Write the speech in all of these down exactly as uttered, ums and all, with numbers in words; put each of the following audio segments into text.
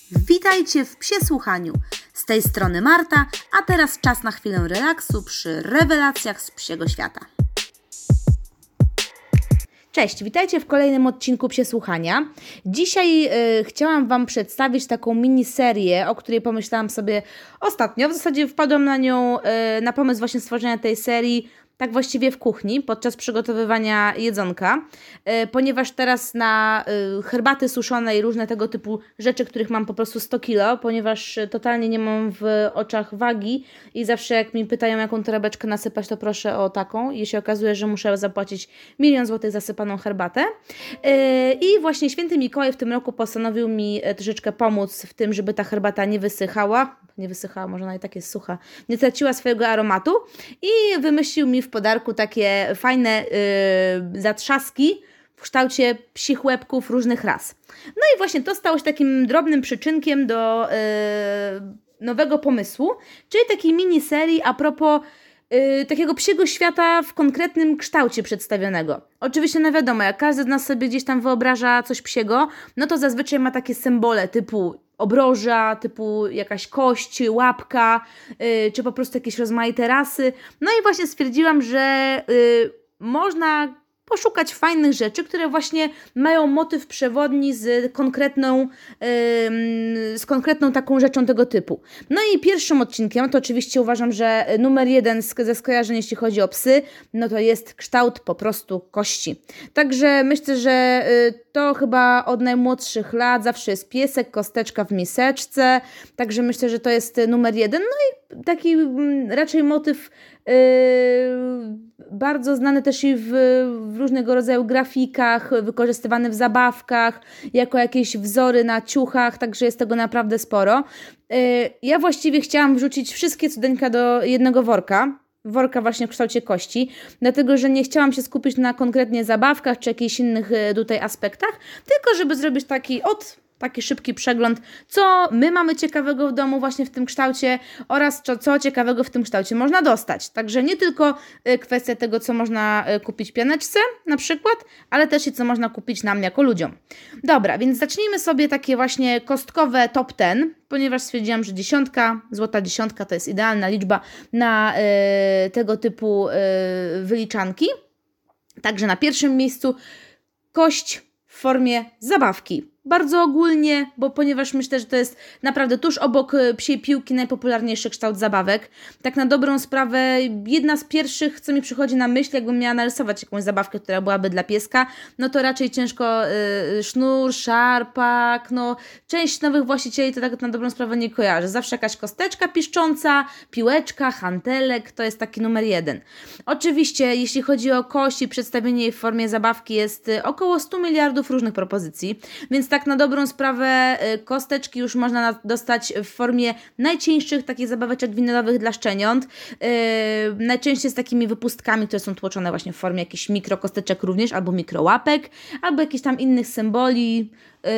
Witajcie w Psie Słuchaniu. Z tej strony Marta, a teraz czas na chwilę relaksu przy rewelacjach z psiego świata. Cześć, witajcie w kolejnym odcinku Psie Słuchania. Dzisiaj y, chciałam Wam przedstawić taką miniserię, o której pomyślałam sobie ostatnio. W zasadzie wpadłam na nią, y, na pomysł właśnie stworzenia tej serii, tak właściwie w kuchni, podczas przygotowywania jedzonka, yy, ponieważ teraz na yy, herbaty suszone i różne tego typu rzeczy, których mam po prostu sto kilo, ponieważ totalnie nie mam w oczach wagi i zawsze jak mi pytają, jaką torebeczkę nasypać, to proszę o taką i się okazuje, że muszę zapłacić milion złotych za sypaną herbatę. Yy, I właśnie Święty Mikołaj w tym roku postanowił mi troszeczkę pomóc w tym, żeby ta herbata nie wysychała, nie wysychała, może ona i tak jest sucha, nie traciła swojego aromatu i wymyślił mi w podarku takie fajne yy, zatrzaski w kształcie psich łebków różnych ras. No i właśnie to stało się takim drobnym przyczynkiem do yy, nowego pomysłu, czyli takiej miniserii a propos Yy, takiego psiego świata w konkretnym kształcie przedstawionego. Oczywiście, no wiadomo, jak każdy z nas sobie gdzieś tam wyobraża coś psiego, no to zazwyczaj ma takie symbole typu obroża, typu jakaś kość, łapka, yy, czy po prostu jakieś rozmaite rasy. No i właśnie stwierdziłam, że yy, można poszukać fajnych rzeczy, które właśnie mają motyw przewodni z konkretną, yy, z konkretną taką rzeczą tego typu. No i pierwszym odcinkiem, to oczywiście uważam, że numer jeden ze skojarzeń, jeśli chodzi o psy, no to jest kształt po prostu kości. Także myślę, że yy, to chyba od najmłodszych lat zawsze jest piesek, kosteczka w miseczce, także myślę, że to jest numer jeden. No i taki yy, raczej motyw Yy, bardzo znany też i w, w różnego rodzaju grafikach, wykorzystywany w zabawkach, jako jakieś wzory na ciuchach, także jest tego naprawdę sporo. Yy, ja właściwie chciałam wrzucić wszystkie cudeńka do jednego worka, worka właśnie w kształcie kości, dlatego, że nie chciałam się skupić na konkretnie zabawkach, czy jakichś innych tutaj aspektach, tylko żeby zrobić taki od... taki szybki przegląd, co my mamy ciekawego w domu właśnie w tym kształcie oraz co, co ciekawego w tym kształcie można dostać. Także nie tylko y, kwestia tego, co można y, kupić pianeczce na przykład, ale też i co można kupić nam jako ludziom. Dobra, więc zacznijmy sobie takie właśnie kostkowe top dziesięć, ponieważ stwierdziłam, że dziesiątka, złota dziesiątka to jest idealna liczba na y, tego typu y, wyliczanki. Także na pierwszym miejscu kość w formie zabawki. Bardzo ogólnie, bo ponieważ myślę, że to jest naprawdę tuż obok psiej piłki najpopularniejszy kształt zabawek. Tak na dobrą sprawę jedna z pierwszych, co mi przychodzi na myśl, jakbym miała narysować jakąś zabawkę, która byłaby dla pieska, no to raczej ciężko yy, sznur, szarpak, no część nowych właścicieli to tak na dobrą sprawę nie kojarzy. Zawsze jakaś kosteczka piszcząca, piłeczka, hantelek, to jest taki numer jeden. Oczywiście, jeśli chodzi o kość i przedstawienie jej w formie zabawki, jest około sto miliardów różnych propozycji, więc tak na dobrą sprawę kosteczki już można dostać w formie najcieńszych takich zabaweczek winylowych dla szczeniąt. Yy, najczęściej z takimi wypustkami, które są tłoczone właśnie w formie jakichś mikrokosteczek również, albo mikrołapek, albo jakichś tam innych symboli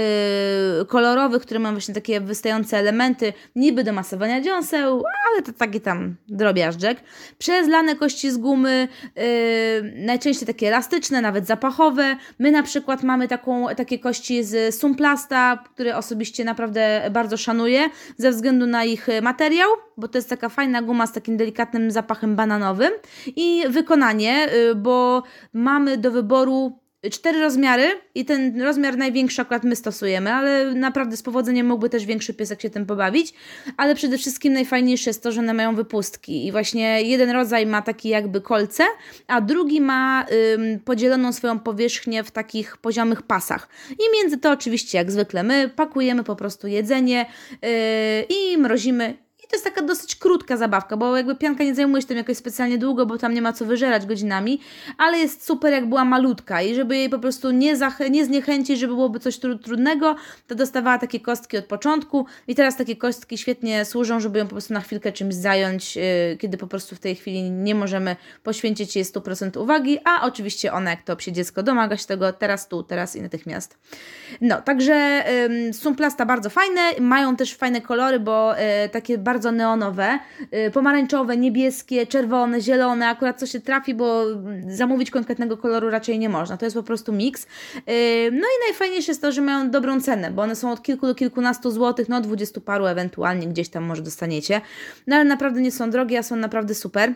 Yy, kolorowych, które mają właśnie takie wystające elementy, niby do masowania dziąseł, ale to taki tam drobiażdżek. Przez lane kości z gumy, yy, najczęściej takie elastyczne, nawet zapachowe. My na przykład mamy taką, takie kości z Sumplasta, które osobiście naprawdę bardzo szanuję, ze względu na ich materiał, bo to jest taka fajna guma z takim delikatnym zapachem bananowym i wykonanie, yy, bo mamy do wyboru cztery rozmiary i ten rozmiar największy akurat my stosujemy, ale naprawdę z powodzeniem mógłby też większy piesek się tym pobawić, ale przede wszystkim najfajniejsze jest to, że one mają wypustki i właśnie jeden rodzaj ma taki jakby kolce, a drugi ma ym, podzieloną swoją powierzchnię w takich poziomych pasach i między to oczywiście jak zwykle my pakujemy po prostu jedzenie yy, i mrozimy. To jest taka dosyć krótka zabawka, bo jakby pianka nie zajmuje się tym jakoś specjalnie długo, bo tam nie ma co wyżerać godzinami, ale jest super jak była malutka i żeby jej po prostu nie, zach- nie zniechęcić, żeby byłoby coś tru- trudnego, to dostawała takie kostki od początku i teraz takie kostki świetnie służą, żeby ją po prostu na chwilkę czymś zająć, yy, kiedy po prostu w tej chwili nie możemy poświęcić jej sto procent uwagi, a oczywiście ona jak to psie dziecko domaga się tego teraz tu, teraz i natychmiast. No, także yy, Sumplasta bardzo fajne, mają też fajne kolory, bo yy, takie bardzo bardzo neonowe, yy, pomarańczowe, niebieskie, czerwone, zielone, akurat co się trafi, bo zamówić konkretnego koloru raczej nie można, to jest po prostu miks. Yy, no i najfajniejsze jest to, że mają dobrą cenę, bo one są od kilku do kilkunastu złotych, no dwudziestu paru ewentualnie gdzieś tam może dostaniecie, no ale naprawdę nie są drogie, a są naprawdę super.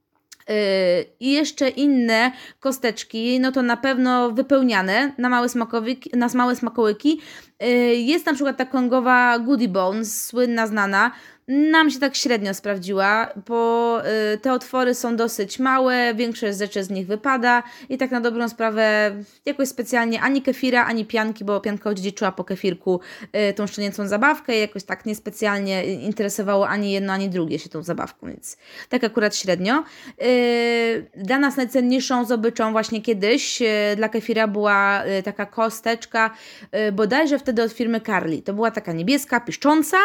I jeszcze inne kosteczki, no to na pewno wypełniane na małe smakołyki, na małe smakołyki. Jest na przykład ta kongowa Goody Bones, słynna, znana. Nam się tak średnio sprawdziła, bo y, te otwory są dosyć małe, większość rzeczy z nich wypada i tak na dobrą sprawę jakoś specjalnie ani kefira, ani pianki, bo pianka odziedziczyła po kefirku y, tą szczenięcą zabawkę i jakoś tak niespecjalnie interesowało ani jedno, ani drugie się tą zabawką, więc tak akurat średnio. Y, dla nas najcenniejszą zdobyczą właśnie kiedyś y, dla kefira była y, taka kosteczka, y, bodajże wtedy od firmy Carli. To była taka niebieska, piszcząca,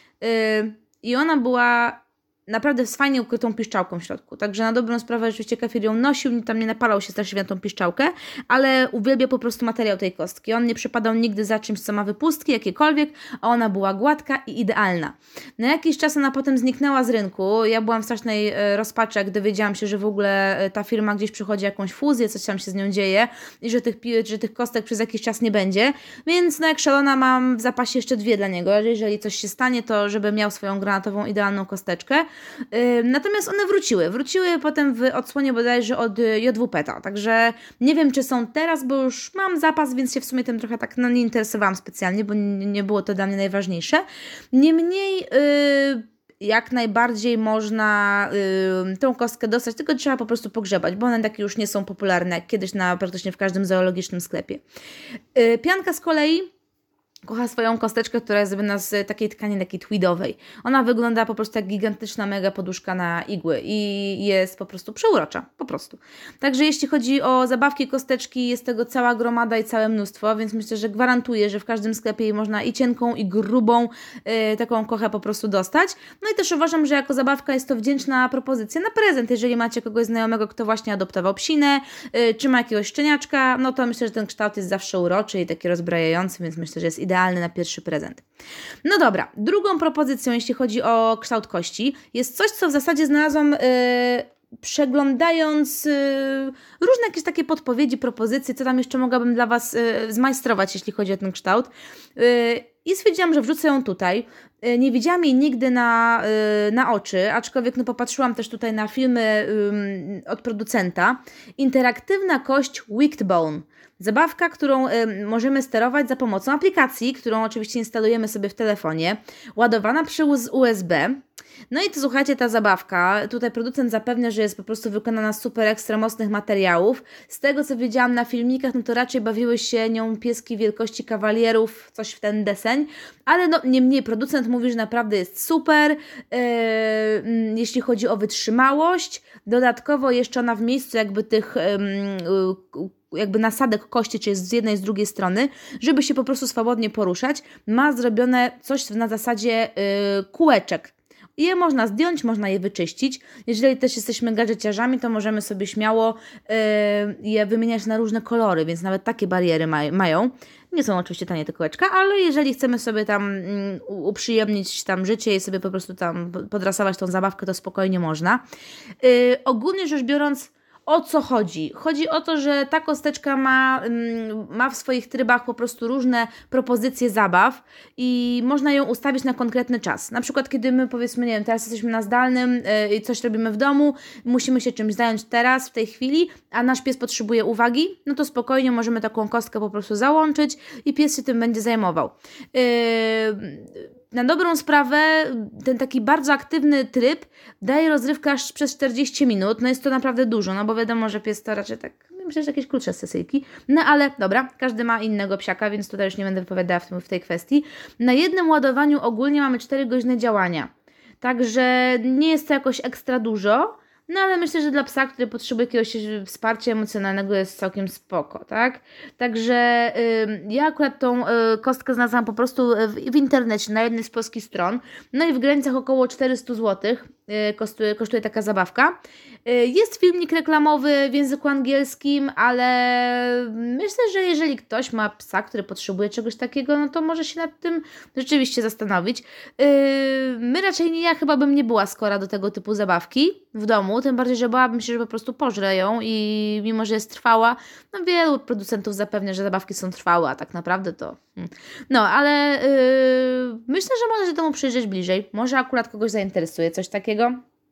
y, i ona była naprawdę z fajnie ukrytą piszczałką w środku. Także na dobrą sprawę rzeczywiście kefir ją nosił, tam nie napalał się strasznie na tą piszczałkę, ale uwielbia po prostu materiał tej kostki. On nie przypadał nigdy za czymś, co ma wypustki, jakiekolwiek, a ona była gładka i idealna. Na jakiś czas ona potem zniknęła z rynku. Ja byłam w strasznej rozpaczy, jak dowiedziałam się, że w ogóle ta firma gdzieś przychodzi jakąś fuzję, coś tam się z nią dzieje i że tych, że tych kostek przez jakiś czas nie będzie. Więc no jak szalona mam w zapasie jeszcze dwie dla niego. Jeżeli coś się stanie, to żeby miał swoją granatową, idealną kosteczkę. Natomiast one wróciły. Wróciły potem w odsłonie bodajże od J W Peta. Także nie wiem, czy są teraz, bo już mam zapas, więc się w sumie tym trochę tak no, nie interesowałam specjalnie, bo nie było to dla mnie najważniejsze. Niemniej yy, jak najbardziej można yy, tą kostkę dostać, tylko trzeba po prostu pogrzebać, bo one takie już nie są popularne jak kiedyś na praktycznie w każdym zoologicznym sklepie. Yy, pianka z kolei kocha swoją kosteczkę, która jest zrobiona z takiej tkaniny takiej tweedowej. Ona wygląda po prostu jak gigantyczna mega poduszka na igły i jest po prostu przeurocza, po prostu. Także jeśli chodzi o zabawki, kosteczki, jest tego cała gromada i całe mnóstwo, więc myślę, że gwarantuję, że w każdym sklepie można i cienką, i grubą yy, taką kochę po prostu dostać. No i też uważam, że jako zabawka jest to wdzięczna propozycja na prezent. Jeżeli macie kogoś znajomego, kto właśnie adoptował psinę, yy, czy ma jakiegoś szczeniaczka, no to myślę, że ten kształt jest zawsze uroczy i taki rozbrajający, więc myślę, że jest idealny na pierwszy prezent. No dobra, drugą propozycją, jeśli chodzi o kształt kości, jest coś, co w zasadzie znalazłam yy, przeglądając yy, różne jakieś takie podpowiedzi, propozycje, co tam jeszcze mogłabym dla Was yy, zmajstrować, jeśli chodzi o ten kształt. Yy, I stwierdziłam, że wrzucę ją tutaj. Yy, nie widziałam jej nigdy na, yy, na oczy, aczkolwiek no, popatrzyłam też tutaj na filmy yy, od producenta. Interaktywna kość Wicked Bone. Zabawka, którą y, możemy sterować za pomocą aplikacji, którą oczywiście instalujemy sobie w telefonie, ładowana przez U S B. No i to, słuchajcie, ta zabawka, tutaj producent zapewnia, że jest po prostu wykonana z super ekstra mocnych materiałów. Z tego, co widziałam na filmikach, no to raczej bawiły się nią pieski wielkości kawalierów, coś w ten deseń, ale no niemniej producent mówi, że naprawdę jest super, yy, jeśli chodzi o wytrzymałość. Dodatkowo jeszcze ona w miejscu jakby tych yy, jakby nasadek kości, czy jest z jednej i z drugiej strony, żeby się po prostu swobodnie poruszać, ma zrobione coś na zasadzie yy, kółeczek. Je można zdjąć, można je wyczyścić. Jeżeli też jesteśmy gadżeciarzami, to możemy sobie śmiało yy, je wymieniać na różne kolory, więc nawet takie bariery maj, mają. Nie są oczywiście tanie te kółeczka, ale jeżeli chcemy sobie tam mm, uprzyjemnić tam życie i sobie po prostu tam podrasować tą zabawkę, to spokojnie można. Yy, ogólnie rzecz biorąc, o co chodzi? Chodzi o to, że ta kosteczka ma, ma w swoich trybach po prostu różne propozycje zabaw i można ją ustawić na konkretny czas. Na przykład, kiedy my powiedzmy, nie wiem, teraz jesteśmy na zdalnym i coś robimy w domu, musimy się czymś zająć teraz, w tej chwili, a nasz pies potrzebuje uwagi, no to spokojnie możemy taką kostkę po prostu załączyć i pies się tym będzie zajmował. Yy, Na dobrą sprawę ten taki bardzo aktywny tryb daje rozrywkę aż przez czterdzieści minut. No jest to naprawdę dużo, no bo wiadomo, że pies to raczej tak, myślę, że jakieś krótsze sesyjki. No ale dobra, każdy ma innego psiaka, więc tutaj już nie będę wypowiadała w, tym, w tej kwestii. Na jednym ładowaniu ogólnie mamy cztery godziny działania. Także nie jest to jakoś ekstra dużo. No ale myślę, że dla psa, który potrzebuje jakiegoś wsparcia emocjonalnego, jest całkiem spoko, tak? Także y, ja akurat tą y, kostkę znalazłam po prostu w, w internecie, na jednej z polskich stron, no i w granicach około czterysta złotych. kosztuje, kosztuje taka zabawka. Jest filmik reklamowy w języku angielskim, ale myślę, że jeżeli ktoś ma psa, który potrzebuje czegoś takiego, no to może się nad tym rzeczywiście zastanowić. My raczej nie, ja chyba bym nie była skora do tego typu zabawki w domu, tym bardziej, że bałabym się, że po prostu pożrę ją i mimo, że jest trwała, no wielu producentów zapewnia, że zabawki są trwałe, a tak naprawdę to... No, ale yy, myślę, że można się temu przyjrzeć bliżej. Może akurat kogoś zainteresuje coś takiego.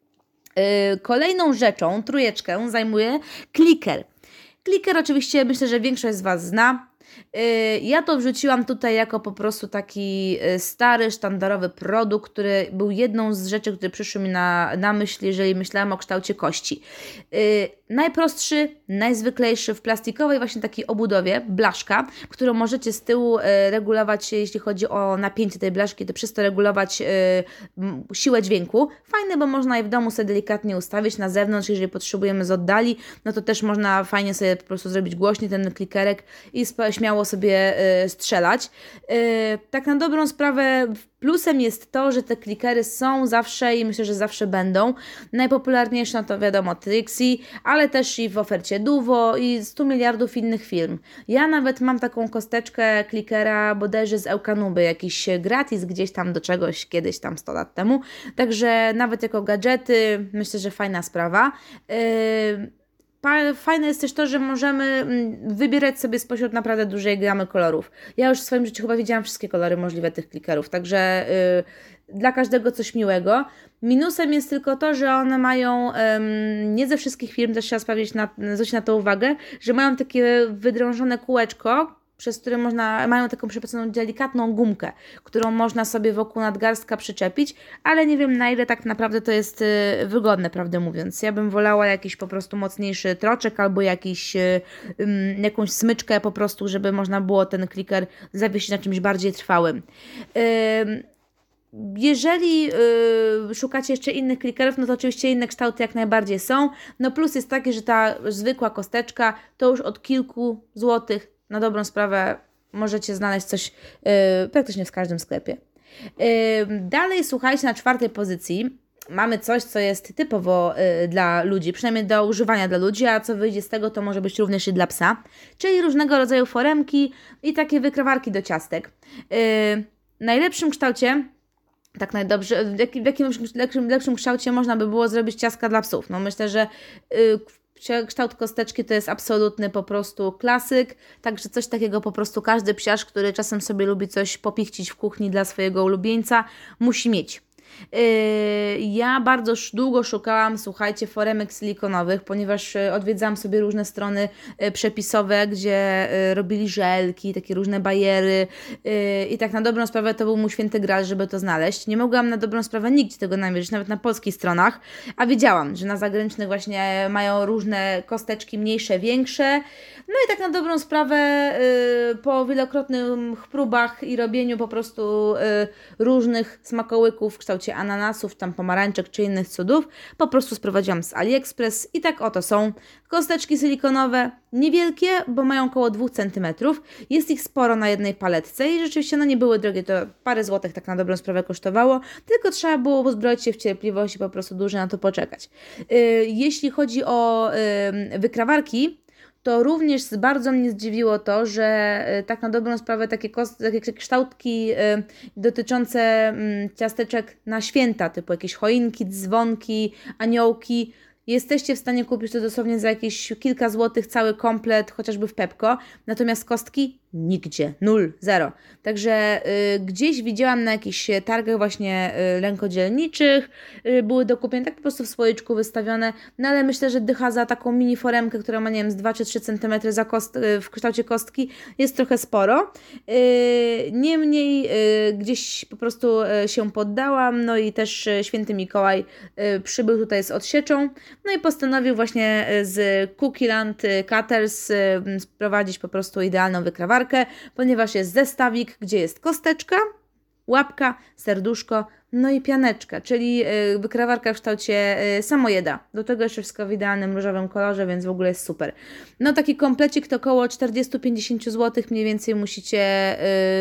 Yy, kolejną rzeczą, trójeczkę, zajmuje kliker. Kliker oczywiście myślę, że większość z Was zna. Ja to wrzuciłam tutaj jako po prostu taki stary, sztandarowy produkt, który był jedną z rzeczy, które przyszły mi na, na myśl, jeżeli myślałam o kształcie kości. Yy, najprostszy, najzwyklejszy w plastikowej właśnie takiej obudowie, blaszka, którą możecie z tyłu yy, regulować, jeśli chodzi o napięcie tej blaszki, to przez to regulować yy, siłę dźwięku. Fajne, bo można je w domu sobie delikatnie ustawić na zewnątrz, jeżeli potrzebujemy z oddali, no to też można fajnie sobie po prostu zrobić głośniej ten klikerek i śmiało sobie y, strzelać. Y, tak na dobrą sprawę plusem jest to, że te klikery są zawsze i myślę, że zawsze będą. Najpopularniejsze no to wiadomo Trixie, ale też i w ofercie Duvo i stu miliardów innych firm. Ja nawet mam taką kosteczkę klikera bodajże z Eukanuby, jakiś gratis gdzieś tam do czegoś kiedyś tam sto lat temu. Także nawet jako gadżety myślę, że fajna sprawa. Yy, Fajne jest też to, że możemy wybierać sobie spośród naprawdę dużej gamy kolorów. Ja już w swoim życiu chyba widziałam wszystkie kolory możliwe tych klikerów, także yy, dla każdego coś miłego. Minusem jest tylko to, że one mają, ym, nie ze wszystkich firm, też trzeba sprawdzić na, zwrócić na to uwagę, że mają takie wydrążone kółeczko, przez które można, mają taką przypaconą delikatną gumkę, którą można sobie wokół nadgarstka przyczepić, ale nie wiem na ile tak naprawdę to jest y, wygodne, prawdę mówiąc. Ja bym wolała jakiś po prostu mocniejszy troczek albo jakiś, y, y, jakąś smyczkę po prostu, żeby można było ten kliker zawiesić na czymś bardziej trwałym. Y, Jeżeli yy, szukacie jeszcze innych klikerów, no to oczywiście inne kształty jak najbardziej są. No plus jest taki, że ta zwykła kosteczka to już od kilku złotych na dobrą sprawę możecie znaleźć coś yy, praktycznie w każdym sklepie. Yy, dalej słuchajcie, na czwartej pozycji mamy coś, co jest typowo yy, dla ludzi, przynajmniej do używania dla ludzi, a co wyjdzie z tego, to może być również i dla psa, czyli różnego rodzaju foremki i takie wykrawarki do ciastek. Yy, w najlepszym kształcie, tak najdobrze, w, jakim, w jakimś lepszym, lepszym kształcie można by było zrobić ciastka dla psów. No myślę, że yy, kształt kosteczki to jest absolutny po prostu klasyk, także coś takiego po prostu każdy psiarz, który czasem sobie lubi coś popichcić w kuchni dla swojego ulubieńca, musi mieć. Ja bardzo długo szukałam, słuchajcie, foremek silikonowych, ponieważ odwiedzałam sobie różne strony przepisowe, gdzie robili żelki, takie różne bajery i tak na dobrą sprawę to był mój święty gral, żeby to znaleźć. Nie mogłam na dobrą sprawę nigdzie tego namierzyć, nawet na polskich stronach, a wiedziałam, że na zagranicznych właśnie mają różne kosteczki mniejsze, większe. No i tak na dobrą sprawę po wielokrotnych próbach i robieniu po prostu różnych smakołyków w kształcie ananasów, tam pomarańczek czy innych cudów, po prostu sprowadziłam z AliExpress i tak oto są kosteczki silikonowe, niewielkie, bo mają około dwóch centymetrów, jest ich sporo na jednej paletce i rzeczywiście no nie były drogie, to parę złotych tak na dobrą sprawę kosztowało, tylko trzeba było uzbroić się w cierpliwość i po prostu dłużej na to poczekać. Yy, jeśli chodzi o yy, wykrawarki, to również bardzo mnie zdziwiło to, że y, tak na dobrą sprawę takie, kost, takie kształtki y, dotyczące y, ciasteczek na święta, typu jakieś choinki, dzwonki, aniołki, jesteście w stanie kupić to dosłownie za jakieś kilka złotych cały komplet, chociażby w Pepko, natomiast kostki nigdzie, nul, zero. Także y, gdzieś widziałam na jakichś targach właśnie y, rękodzielniczych, y, były do kupienia tak po prostu w słoiczku wystawione, no ale myślę, że dycha za taką mini foremkę, która ma, nie wiem, z dwa czy trzy centymetry za kost, y, w kształcie kostki, jest trochę sporo. Y, niemniej y, gdzieś po prostu y, się poddałam, no i też y, święty Mikołaj y, przybył tutaj z odsieczą, no i postanowił właśnie y, z Cookieland y, Cutters y, sprowadzić po prostu idealną wykrawarkę, ponieważ jest zestawik, gdzie jest kosteczka, łapka, serduszko, no i pianeczka, czyli y, wykrawarka w kształcie y, samojeda. Do tego jeszcze wszystko w idealnym różowym kolorze, więc w ogóle jest super. No taki komplecik to około czterdzieści do pięćdziesięciu złotych mniej więcej musicie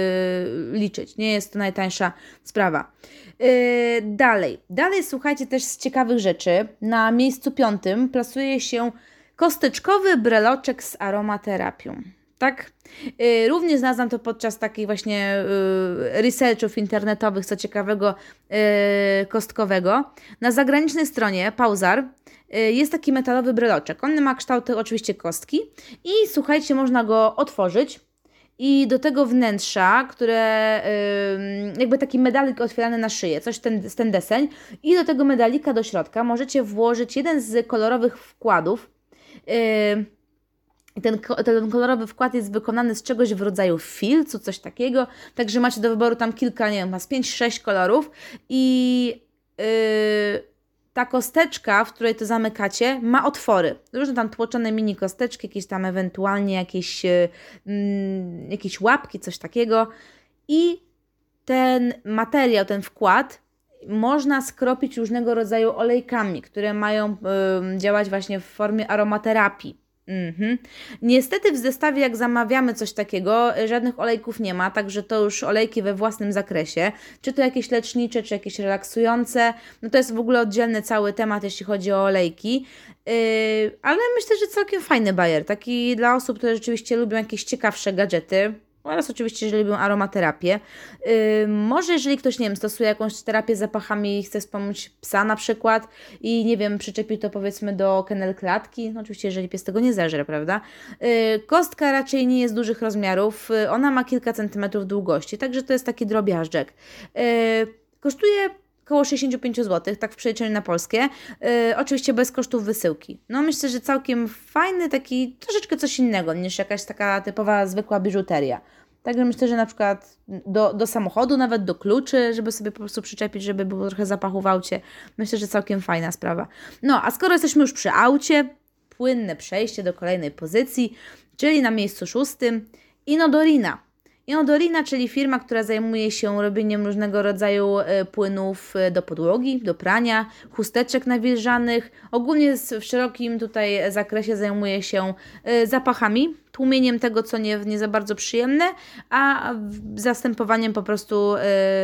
y, liczyć. Nie jest to najtańsza sprawa. Y, dalej, dalej słuchajcie też z ciekawych rzeczy. Na miejscu piątym plasuje się kosteczkowy breloczek z aromaterapią. Tak? Yy, również znalazłam to podczas takich właśnie yy, researchów internetowych, co ciekawego, yy, kostkowego. Na zagranicznej stronie Pauzar yy, jest taki metalowy breloczek. On ma kształt oczywiście kostki i słuchajcie, można go otworzyć i do tego wnętrza, które yy, jakby taki medalik otwierany na szyję, coś ten, ten deseń, i do tego medalika do środka możecie włożyć jeden z kolorowych wkładów. Yy, Ten, ten kolorowy wkład jest wykonany z czegoś w rodzaju filcu, coś takiego, także macie do wyboru tam kilka, nie wiem, ma z pięć sześć kolorów i yy, ta kosteczka, w której to zamykacie, ma otwory. Różne tam tłoczone mini kosteczki, jakieś tam ewentualnie jakieś, yy, jakieś łapki, coś takiego i ten materiał, ten wkład można skropić różnego rodzaju olejkami, które mają yy, działać właśnie w formie aromaterapii. Mhm. Niestety w zestawie, jak zamawiamy coś takiego, żadnych olejków nie ma, także to już olejki we własnym zakresie, czy to jakieś lecznicze, czy jakieś relaksujące, no to jest w ogóle oddzielny cały temat, jeśli chodzi o olejki, yy, ale myślę, że całkiem fajny bajer, taki dla osób, które rzeczywiście lubią jakieś ciekawsze gadżety, oraz oczywiście, jeżeli lubią aromaterapię. Yy, może jeżeli ktoś, nie wiem, stosuje jakąś terapię zapachami i chce wspomóc psa na przykład i, nie wiem, przyczepi to powiedzmy do kennel klatki, no oczywiście, jeżeli pies tego nie zeżre, prawda? Yy, kostka raczej nie jest dużych rozmiarów, yy, ona ma kilka centymetrów długości, także to jest taki drobiażdżek. Yy, kosztuje około sześćdziesiąt pięć złotych, tak w przeliczeniu na polskie. Yy, oczywiście bez kosztów wysyłki. No myślę, że całkiem fajny, taki troszeczkę coś innego niż jakaś taka typowa, zwykła biżuteria. Także myślę, że na przykład do, do samochodu, nawet do kluczy, żeby sobie po prostu przyczepić, żeby było trochę zapachu w aucie. Myślę, że całkiem fajna sprawa. No, a skoro jesteśmy już przy aucie, płynne przejście do kolejnej pozycji, czyli na miejscu szóstym Inodorina. Inodorina, czyli firma, która zajmuje się robieniem różnego rodzaju y, płynów y, do podłogi, do prania, chusteczek nawilżanych. Ogólnie w szerokim tutaj zakresie zajmuje się y, zapachami, tłumieniem tego, co nie, nie za bardzo przyjemne, a zastępowaniem po prostu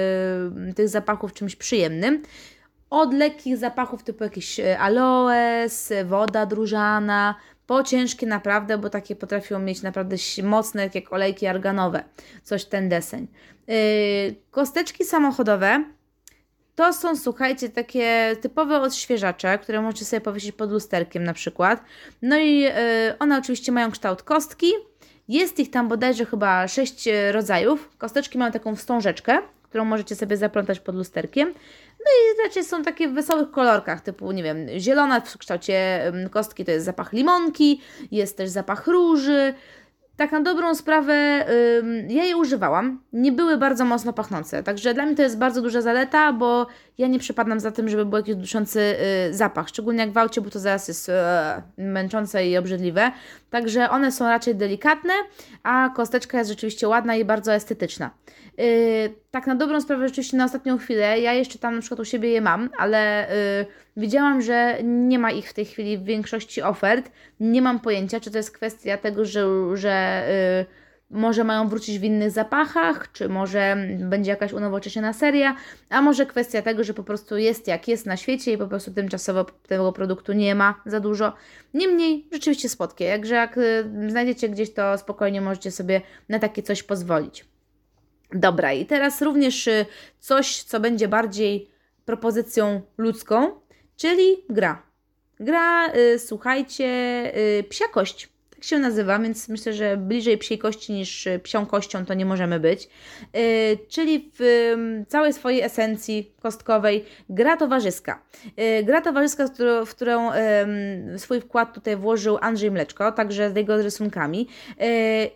y, tych zapachów czymś przyjemnym. Od lekkich zapachów typu jakieś aloes, woda dróżana, po ciężkie naprawdę, bo takie potrafią mieć naprawdę mocne, jak olejki arganowe, coś ten deseń. Yy, kosteczki samochodowe to są, słuchajcie, takie typowe odświeżacze, które możecie sobie powiesić pod lusterkiem na przykład. No i yy, one oczywiście mają kształt kostki. Jest ich tam bodajże chyba sześć rodzajów. Kosteczki mają taką wstążeczkę, którą możecie sobie zaplątać pod lusterkiem. No i raczej są takie w wesołych kolorkach, typu, nie wiem, zielona w kształcie kostki to jest zapach limonki, jest też zapach róży. Tak na dobrą sprawę, ym, ja je używałam, nie były bardzo mocno pachnące, także dla mnie to jest bardzo duża zaleta, bo ja nie przepadam za tym, żeby był jakiś duszący y, zapach, szczególnie jak w aucie, bo to zaraz jest y, męczące i obrzydliwe, także one są raczej delikatne, a kosteczka jest rzeczywiście ładna i bardzo estetyczna. Y, tak na dobrą sprawę, rzeczywiście na ostatnią chwilę, ja jeszcze tam na przykład u siebie je mam, ale y, widziałam, że nie ma ich w tej chwili w większości ofert, nie mam pojęcia, czy to jest kwestia tego, że, że y, może mają wrócić w innych zapachach, czy może będzie jakaś unowocześniona seria, a może kwestia tego, że po prostu jest jak jest na świecie i po prostu tymczasowo tego produktu nie ma za dużo. Niemniej rzeczywiście spotkie, jakże jak y, znajdziecie gdzieś, to spokojnie możecie sobie na takie coś pozwolić. Dobra, i teraz również y, coś, co będzie bardziej propozycją ludzką, czyli gra. Gra, y, słuchajcie, y, Psia Kość. Tak się nazywa, więc myślę, że bliżej psiej kości niż psią kością to nie możemy być. Yy, czyli w yy, całej swojej esencji kostkowej gra towarzyska. Yy, gra towarzyska, w którą, w którą yy, swój wkład tutaj włożył Andrzej Mleczko, także z jego rysunkami. Yy,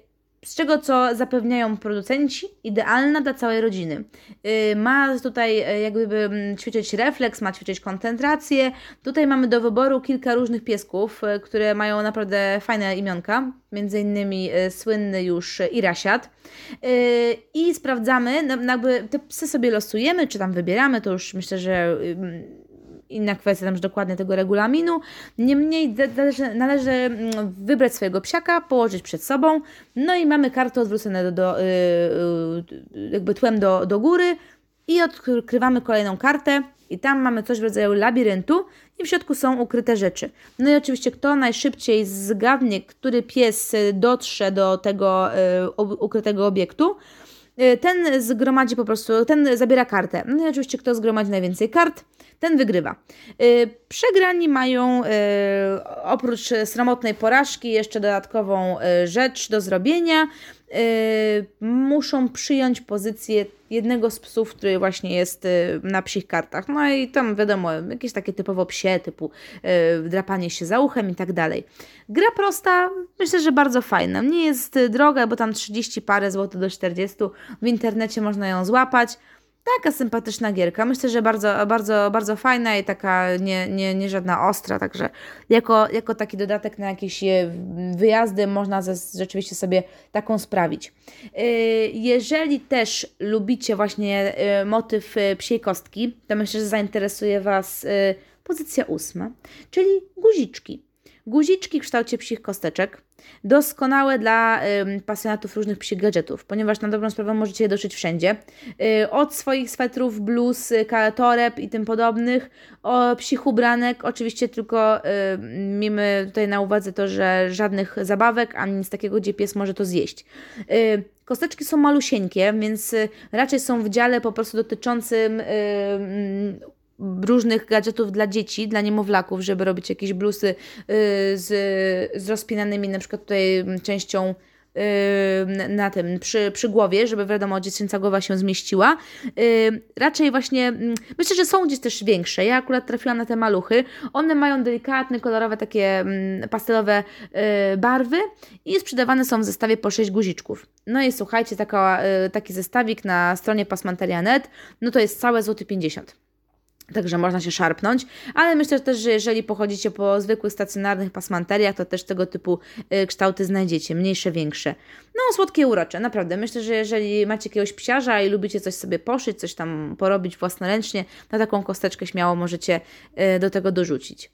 z czego co zapewniają producenci, idealna dla całej rodziny. Yy, ma tutaj yy, jakby ćwiczyć refleks, ma ćwiczyć koncentrację. Tutaj mamy do wyboru kilka różnych piesków, yy, które mają naprawdę fajne imionka, między innymi yy, słynny już Irasiat. Yy, I sprawdzamy, no, jakby te psy sobie losujemy, czy tam wybieramy, to już myślę, że yy, inna kwestia tam już dokładnie tego regulaminu. Niemniej należy, należy wybrać swojego psiaka, położyć przed sobą, no i mamy karty odwrócone do, do, yy, jakby tłem do, do góry i odkrywamy kolejną kartę i tam mamy coś w rodzaju labiryntu i w środku są ukryte rzeczy. No i oczywiście kto najszybciej zgadnie, który pies dotrze do tego yy, ukrytego obiektu, ten zgromadzi po prostu, ten zabiera kartę. No i oczywiście kto zgromadzi najwięcej kart, ten wygrywa. Yy, przegrani mają yy, oprócz sromotnej porażki jeszcze dodatkową yy, rzecz do zrobienia. Yy, muszą przyjąć pozycję jednego z psów, który właśnie jest yy, na psich kartach. No i tam wiadomo, jakieś takie typowo psie, typu yy, drapanie się za uchem i tak dalej. Gra prosta, myślę, że bardzo fajna. Nie jest droga, bo tam trzydzieści parę złotych do czterdziestu. W internecie można ją złapać. Taka sympatyczna gierka. Myślę, że bardzo, bardzo, bardzo fajna i taka nie, nie, nie żadna ostra, także jako, jako taki dodatek na jakieś wyjazdy można rzeczywiście sobie taką sprawić. Jeżeli też lubicie właśnie motyw psiej kostki, to myślę, że zainteresuje Was pozycja ósma, czyli guziczki. Guziczki w kształcie psich kosteczek, doskonałe dla y, pasjonatów różnych psich gadżetów, ponieważ na dobrą sprawę możecie je doszyć wszędzie. Y, od swoich swetrów, bluz, toreb i tym podobnych, o psich ubranek, oczywiście tylko y, miejmy tutaj na uwadze to, że żadnych zabawek, ani nic takiego, gdzie pies może to zjeść. Y, kosteczki są malusieńkie, więc y, raczej są w dziale po prostu dotyczącym y, y, różnych gadżetów dla dzieci, dla niemowlaków, żeby robić jakieś blusy yy, z, z rozpinanymi na przykład tutaj częścią yy, na tym, przy, przy głowie, żeby wiadomo, dziecięca głowa się zmieściła. Yy, raczej właśnie, yy, myślę, że są gdzieś też większe. Ja akurat trafiłam na te maluchy. One mają delikatne, kolorowe, takie yy, pastelowe yy, barwy i sprzedawane są w zestawie po sześć guziczków. No i słuchajcie, taka, yy, taki zestawik na stronie pasmanteria kropka net, no to jest całe złoty pięćdziesiąt. Także można się szarpnąć, ale myślę też, że jeżeli pochodzicie po zwykłych stacjonarnych pasmanteriach, to też tego typu y, kształty znajdziecie, mniejsze, większe. No, słodkie, urocze, naprawdę. Myślę, że jeżeli macie jakiegoś psiarza i lubicie coś sobie poszyć, coś tam porobić własnoręcznie, to taką kosteczkę śmiało możecie y, do tego dorzucić.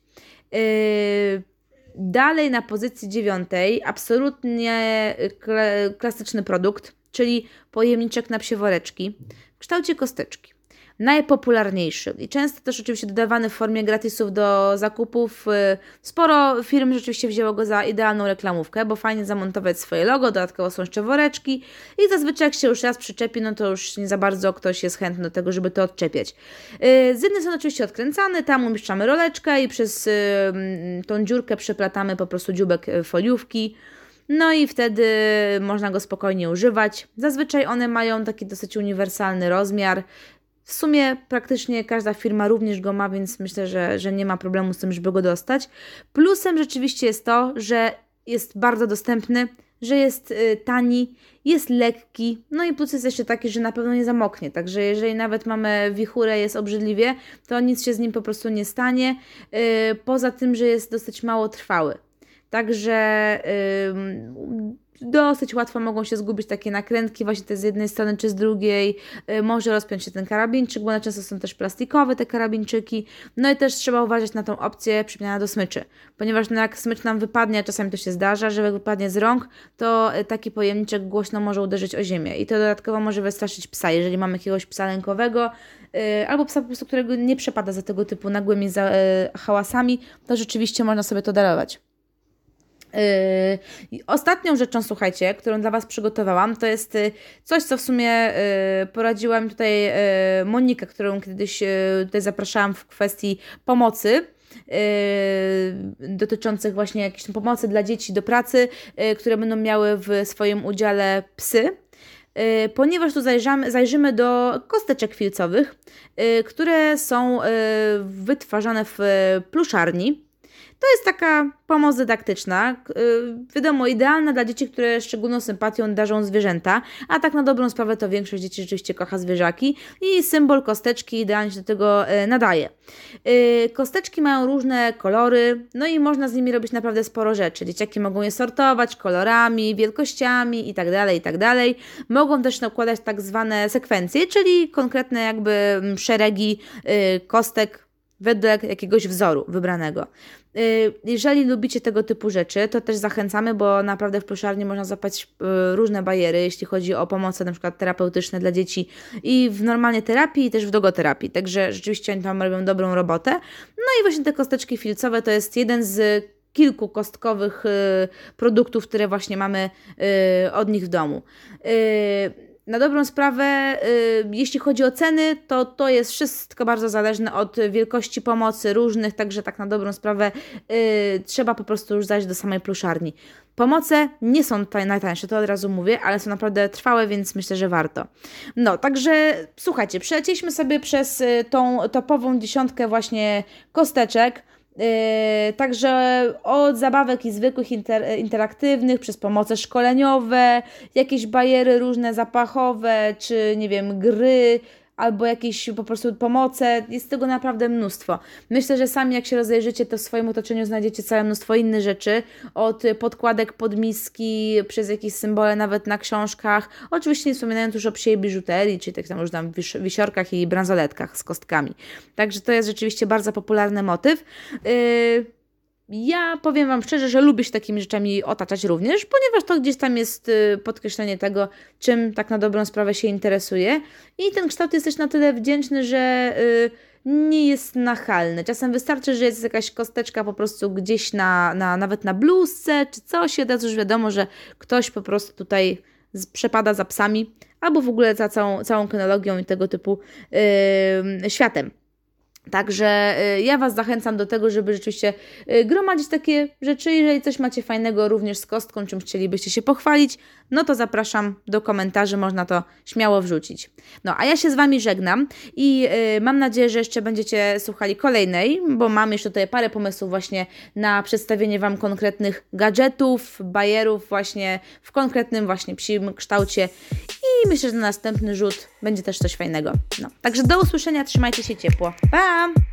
Y, dalej na pozycji dziewiątej absolutnie kla- klasyczny produkt, czyli pojemniczek na psie woreczki w kształcie kosteczki. Najpopularniejszy i często też oczywiście dodawany w formie gratisów do zakupów. Sporo firm rzeczywiście wzięło go za idealną reklamówkę, bo fajnie zamontować swoje logo, dodatkowo są jeszcze woreczki i zazwyczaj jak się już raz przyczepi, no to już nie za bardzo ktoś jest chętny do tego, żeby to odczepiać. Z jednej strony oczywiście odkręcany, tam umieszczamy roleczkę i przez tą dziurkę przeplatamy po prostu dzióbek foliówki. No i wtedy można go spokojnie używać. Zazwyczaj one mają taki dosyć uniwersalny rozmiar. W sumie praktycznie każda firma również go ma, więc myślę, że, że nie ma problemu z tym, żeby go dostać. Plusem rzeczywiście jest to, że jest bardzo dostępny, że jest y, tani, jest lekki, no i plus jest jeszcze taki, że na pewno nie zamoknie, także jeżeli nawet mamy wichurę, jest obrzydliwie, to nic się z nim po prostu nie stanie, y, poza tym, że jest dosyć mało trwały. Także y, dosyć łatwo mogą się zgubić takie nakrętki, właśnie te z jednej strony czy z drugiej. Yy, może rozpiąć się ten karabinczyk, bo one często są też plastikowe, te karabinczyki. No i też trzeba uważać na tą opcję przypinania do smyczy, ponieważ no jak smycz nam wypadnie, a czasami to się zdarza, że jak wypadnie z rąk, to taki pojemniczek głośno może uderzyć o ziemię i to dodatkowo może wystraszyć psa, jeżeli mamy jakiegoś psa lękowego yy, albo psa po prostu, którego nie przepada za tego typu nagłymi za, yy, hałasami, to rzeczywiście można sobie to darować. Yy, ostatnią rzeczą, słuchajcie, którą dla Was przygotowałam, to jest yy, coś, co w sumie yy, poradziła mi tutaj yy, Monika, którą kiedyś yy, tutaj zapraszałam w kwestii pomocy yy, dotyczących właśnie jakiejś pomocy dla dzieci do pracy, yy, które będą miały w swoim udziale psy. Yy, ponieważ tu zajrzymy, zajrzymy do kosteczek filcowych, yy, które są yy, wytwarzane w pluszarni. To jest taka pomoc dydaktyczna, yy, wiadomo, idealna dla dzieci, które szczególną sympatią darzą zwierzęta, a tak na dobrą sprawę to większość dzieci rzeczywiście kocha zwierzaki i symbol kosteczki idealnie się do tego yy, nadaje. Yy, kosteczki mają różne kolory, no i można z nimi robić naprawdę sporo rzeczy. Dzieciaki mogą je sortować kolorami, wielkościami itd., itd. Mogą też nakładać tak zwane sekwencje, czyli konkretne jakby szeregi yy, kostek wedle jakiegoś wzoru wybranego. Jeżeli lubicie tego typu rzeczy, to też zachęcamy, bo naprawdę w pluszarni można zapać różne bariery, jeśli chodzi o pomoce na przykład terapeutyczne dla dzieci i w normalnej terapii, i też w dogoterapii. Także rzeczywiście oni tam robią dobrą robotę. No i właśnie te kosteczki filcowe to jest jeden z kilku kostkowych produktów, które właśnie mamy od nich w domu. Na dobrą sprawę, y, jeśli chodzi o ceny, to to jest wszystko bardzo zależne od wielkości pomocy różnych, także tak na dobrą sprawę y, trzeba po prostu już zajść do samej pluszarni. Pomoce nie są taj, najtańsze, to od razu mówię, ale są naprawdę trwałe, więc myślę, że warto. No, także słuchajcie, przelecieliśmy sobie przez y, tą topową dziesiątkę właśnie kosteczek. Yy, także od zabawek i zwykłych inter, interaktywnych, przez pomoce szkoleniowe, jakieś bariery różne zapachowe, czy nie wiem, gry, albo jakieś po prostu pomoce, jest tego naprawdę mnóstwo. Myślę, że sami jak się rozejrzycie, to w swoim otoczeniu znajdziecie całe mnóstwo innych rzeczy, od podkładek pod miski, przez jakieś symbole nawet na książkach, oczywiście nie wspominając już o psiej biżuterii, czyli tak tam już tam wis- wisiorkach i bransoletkach z kostkami. Także to jest rzeczywiście bardzo popularny motyw. Yy... Ja powiem Wam szczerze, że lubię się takimi rzeczami otaczać również, ponieważ to gdzieś tam jest podkreślenie tego, czym tak na dobrą sprawę się interesuje. I ten kształt jest też na tyle wdzięczny, że nie jest nachalny. Czasem wystarczy, że jest jakaś kosteczka po prostu gdzieś na, na nawet na bluzce czy coś, i od razu już wiadomo, że ktoś po prostu tutaj przepada za psami, albo w ogóle za całą, całą kynologią i tego typu yy, światem. Także y, ja Was zachęcam do tego, żeby rzeczywiście y, gromadzić takie rzeczy. Jeżeli coś macie fajnego również z kostką, czym chcielibyście się pochwalić, no to zapraszam do komentarzy, można to śmiało wrzucić. No, a ja się z Wami żegnam i y, mam nadzieję, że jeszcze będziecie słuchali kolejnej, bo mam jeszcze tutaj parę pomysłów właśnie na przedstawienie Wam konkretnych gadżetów, bajerów właśnie w konkretnym właśnie psim kształcie i myślę, że na następny rzut będzie też coś fajnego. No, także do usłyszenia, trzymajcie się ciepło. Pa!